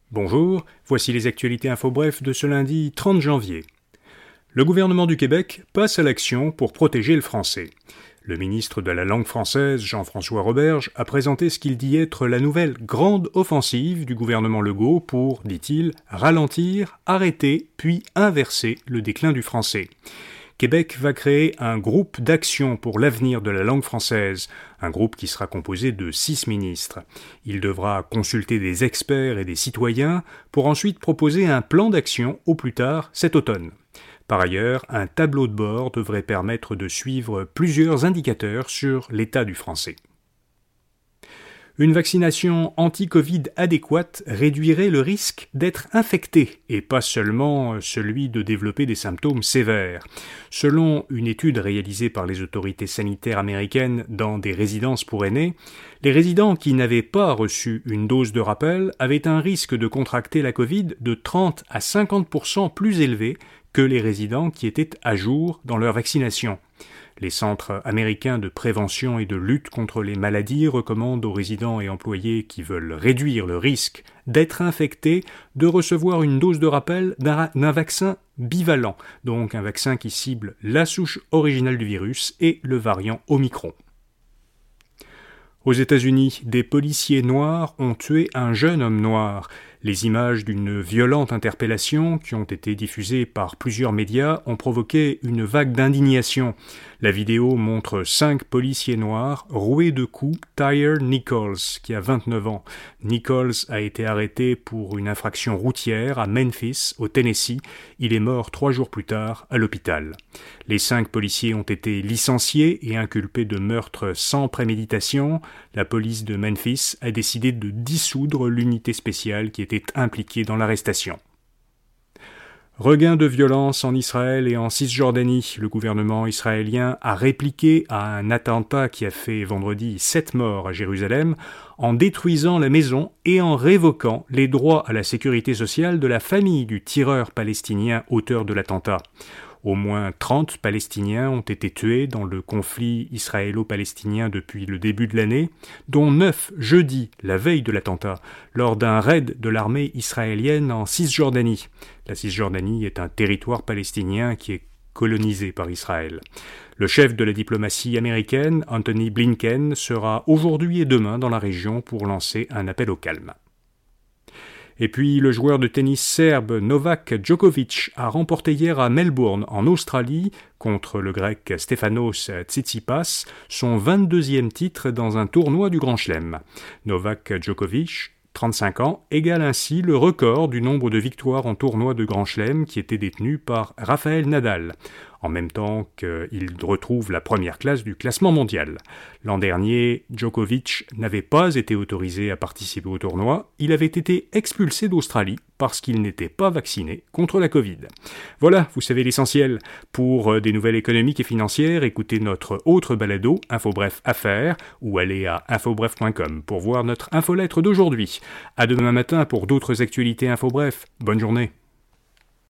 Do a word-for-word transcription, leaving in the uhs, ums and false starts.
Bonjour, voici les actualités info bref de ce lundi trente janvier. Le gouvernement du Québec passe à l'action pour protéger le français. Le ministre de la langue française, Jean-François Roberge, a présenté ce qu'il dit être la nouvelle grande offensive du gouvernement Legault pour, dit-il, ralentir, arrêter, puis inverser le déclin du français. Québec va créer un groupe d'action pour l'avenir de la langue française, un groupe qui sera composé de six ministres. Il devra consulter des experts et des citoyens pour ensuite proposer un plan d'action au plus tard cet automne. Par ailleurs, un tableau de bord devrait permettre de suivre plusieurs indicateurs sur l'état du français. Une vaccination anti-Covid adéquate réduirait le risque d'être infecté et pas seulement celui de développer des symptômes sévères. Selon une étude réalisée par les autorités sanitaires américaines dans des résidences pour aînés, les résidents qui n'avaient pas reçu une dose de rappel avaient un risque de contracter la Covid de trente à cinquante pour cent plus élevé que les résidents qui étaient à jour dans leur vaccination. Les centres américains de prévention et de lutte contre les maladies recommandent aux résidents et employés qui veulent réduire le risque d'être infectés de recevoir une dose de rappel d'un, d'un vaccin bivalent, donc un vaccin qui cible la souche originale du virus et le variant Omicron. Aux États-Unis, des policiers noirs ont tué un jeune homme noir. Les images d'une violente interpellation qui ont été diffusées par plusieurs médias ont provoqué une vague d'indignation. La vidéo montre cinq policiers noirs roués de coups Tyre Nichols, qui a vingt-neuf ans. Nichols a été arrêté pour une infraction routière à Memphis, au Tennessee. Il est mort trois jours plus tard à l'hôpital. Les cinq policiers ont été licenciés et inculpés de meurtre sans préméditation. La police de Memphis a décidé de dissoudre l'unité spéciale qui était impliquée dans l'arrestation. Regain de violence en Israël et en Cisjordanie. Le gouvernement israélien a répliqué à un attentat qui a fait vendredi sept morts à Jérusalem en détruisant la maison et en révoquant les droits à la sécurité sociale de la famille du tireur palestinien auteur de l'attentat. Au moins trente Palestiniens ont été tués dans le conflit israélo-palestinien depuis le début de l'année, dont neuf jeudi, la veille de l'attentat, lors d'un raid de l'armée israélienne en Cisjordanie. La Cisjordanie est un territoire palestinien qui est colonisé par Israël. Le chef de la diplomatie américaine, Anthony Blinken, sera aujourd'hui et demain dans la région pour lancer un appel au calme. Et puis, le joueur de tennis serbe Novak Djokovic a remporté hier à Melbourne, en Australie, contre le grec Stefanos Tsitsipas, son vingt-deuxième titre dans un tournoi du Grand Chelem. Novak Djokovic, trente-cinq ans, égale ainsi le record du nombre de victoires en tournoi de Grand Chelem qui était détenu par Rafael Nadal, en même temps qu'il retrouve la première place du classement mondial. L'an dernier, Djokovic n'avait pas été autorisé à participer au tournoi, il avait été expulsé d'Australie parce qu'il n'était pas vacciné contre la Covid. Voilà, vous savez l'essentiel. Pour des nouvelles économiques et financières, écoutez notre autre balado, InfoBref Affaires, ou allez à infobref point com pour voir notre infolettre d'aujourd'hui. À demain matin pour d'autres actualités InfoBref. Bonne journée.